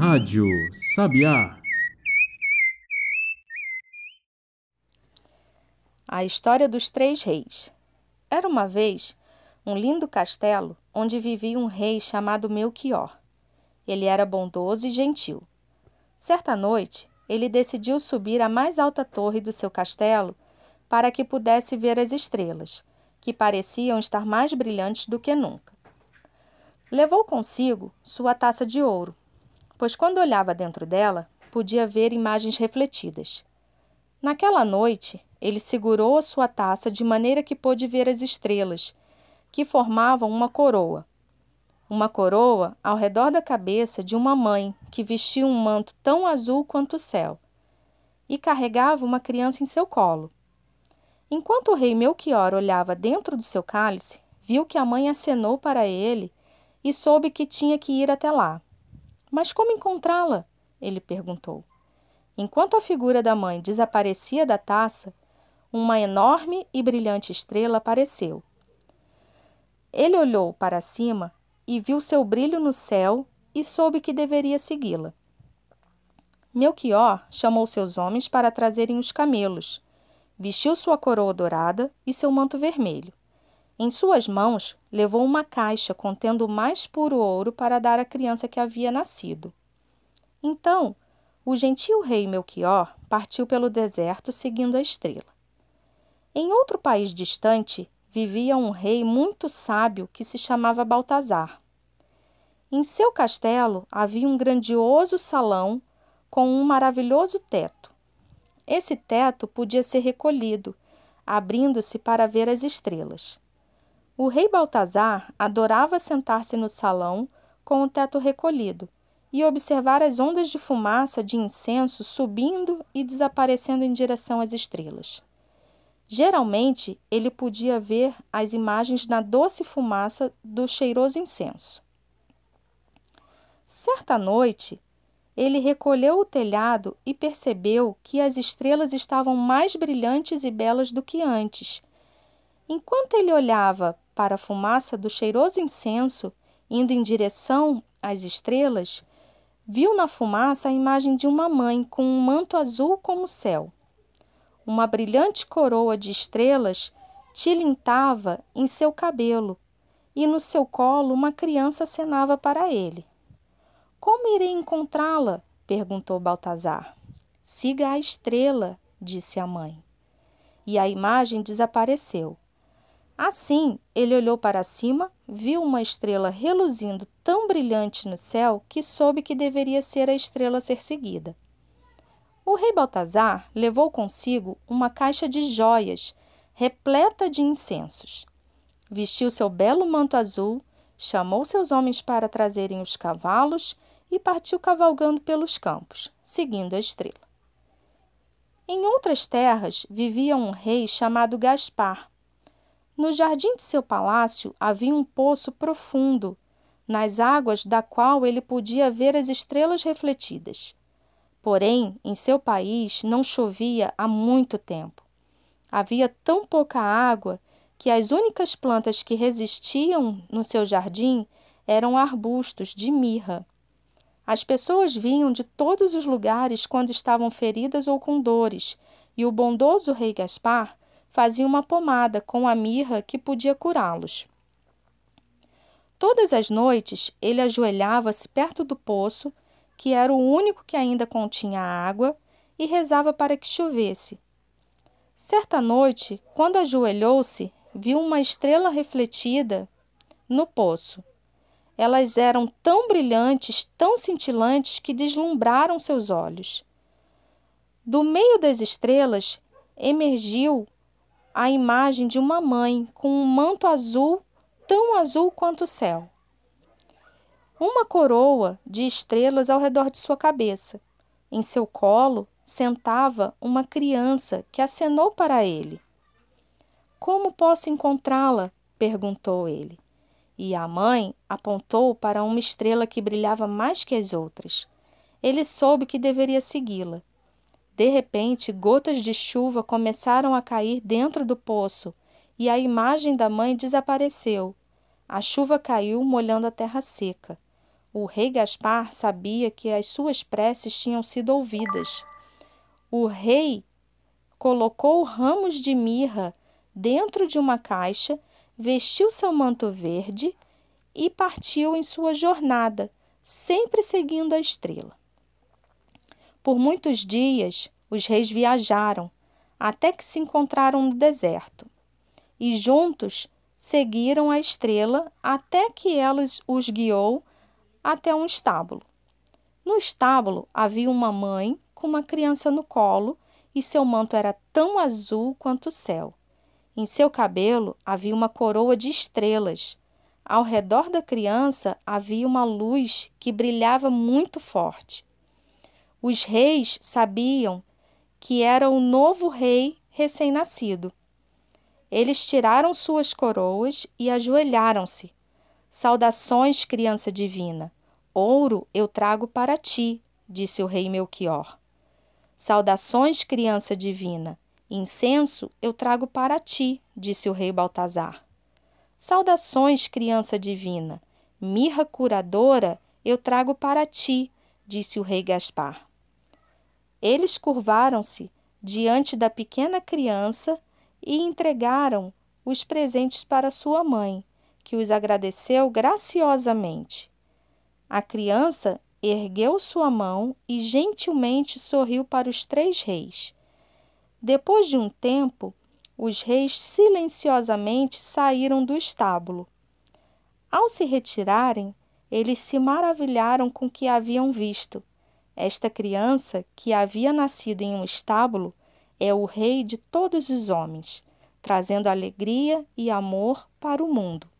Rádio Sabiá. A história dos três reis. Era uma vez um lindo castelo onde vivia um rei chamado Melquior. Ele era bondoso e gentil. Certa noite, ele decidiu subir à mais alta torre do seu castelo para que pudesse ver as estrelas, que pareciam estar mais brilhantes do que nunca. Levou consigo sua taça de ouro, pois quando olhava dentro dela, podia ver imagens refletidas. Naquela noite, ele segurou a sua taça de maneira que pôde ver as estrelas, que formavam uma coroa. Uma coroa ao redor da cabeça de uma mãe que vestia um manto tão azul quanto o céu e carregava uma criança em seu colo. Enquanto o rei Melquior olhava dentro do seu cálice, viu que a mãe acenou para ele e soube que tinha que ir até lá. Mas como encontrá-la? Ele perguntou. Enquanto a figura da mãe desaparecia da taça, uma enorme e brilhante estrela apareceu. Ele olhou para cima e viu seu brilho no céu e soube que deveria segui-la. Melquior chamou seus homens para trazerem os camelos, vestiu sua coroa dourada e seu manto vermelho. Em suas mãos, levou uma caixa contendo o mais puro ouro para dar à criança que havia nascido. Então, o gentil rei Melquior partiu pelo deserto seguindo a estrela. Em outro país distante, vivia um rei muito sábio que se chamava Baltazar. Em seu castelo havia um grandioso salão com um maravilhoso teto. Esse teto podia ser recolhido, abrindo-se para ver as estrelas. O rei Baltazar adorava sentar-se no salão com o teto recolhido e observar as ondas de fumaça de incenso subindo e desaparecendo em direção às estrelas. Geralmente, ele podia ver as imagens na doce fumaça do cheiroso incenso. Certa noite, ele recolheu o telhado e percebeu que as estrelas estavam mais brilhantes e belas do que antes. Enquanto ele olhava para a fumaça do cheiroso incenso, indo em direção às estrelas, viu na fumaça a imagem de uma mãe com um manto azul como o céu. Uma brilhante coroa de estrelas tilintava em seu cabelo e no seu colo uma criança acenava para ele. Como irei encontrá-la? Perguntou Baltazar. Siga a estrela, disse a mãe. E a imagem desapareceu. Assim, ele olhou para cima, viu uma estrela reluzindo tão brilhante no céu que soube que deveria ser a estrela a ser seguida. O rei Baltazar levou consigo uma caixa de joias repleta de incensos. Vestiu seu belo manto azul, chamou seus homens para trazerem os cavalos e partiu cavalgando pelos campos, seguindo a estrela. Em outras terras vivia um rei chamado Gaspar. No jardim de seu palácio havia um poço profundo, nas águas da qual ele podia ver as estrelas refletidas. Porém, em seu país não chovia há muito tempo. Havia tão pouca água que as únicas plantas que resistiam no seu jardim eram arbustos de mirra. As pessoas vinham de todos os lugares quando estavam feridas ou com dores, e o bondoso rei Gaspar fazia uma pomada com a mirra que podia curá-los. Todas as noites ele ajoelhava-se perto do poço, que era o único que ainda continha água, e rezava para que chovesse. Certa noite, quando ajoelhou-se, viu uma estrela refletida no poço. Elas eram tão brilhantes, tão cintilantes, que deslumbraram seus olhos. Do meio das estrelas emergiu a imagem de uma mãe com um manto azul, tão azul quanto o céu. Uma coroa de estrelas ao redor de sua cabeça. Em seu colo sentava uma criança que acenou para ele. Como posso encontrá-la? Perguntou ele. E a mãe apontou para uma estrela que brilhava mais que as outras. Ele soube que deveria segui-la. De repente, gotas de chuva começaram a cair dentro do poço e a imagem da mãe desapareceu. A chuva caiu molhando a terra seca. O rei Gaspar sabia que as suas preces tinham sido ouvidas. O rei colocou ramos de mirra dentro de uma caixa, vestiu seu manto verde e partiu em sua jornada, sempre seguindo a estrela. Por muitos dias, os reis viajaram, até que se encontraram no deserto. E juntos seguiram a estrela até que ela os guiou até um estábulo. No estábulo havia uma mãe com uma criança no colo e seu manto era tão azul quanto o céu. Em seu cabelo havia uma coroa de estrelas. Ao redor da criança havia uma luz que brilhava muito forte. Os reis sabiam que era o novo rei recém-nascido. Eles tiraram suas coroas e ajoelharam-se. Saudações, criança divina. Ouro eu trago para ti, disse o rei Melquior. Saudações, criança divina. Incenso eu trago para ti, disse o rei Baltazar. Saudações, criança divina. Mirra curadora eu trago para ti, disse o rei Gaspar. Eles curvaram-se diante da pequena criança e entregaram os presentes para sua mãe, que os agradeceu graciosamente. A criança ergueu sua mão e gentilmente sorriu para os 3 reis. Depois de um tempo, os reis silenciosamente saíram do estábulo. Ao se retirarem, eles se maravilharam com o que haviam visto. Esta criança, que havia nascido em um estábulo, é o rei de todos os homens, trazendo alegria e amor para o mundo.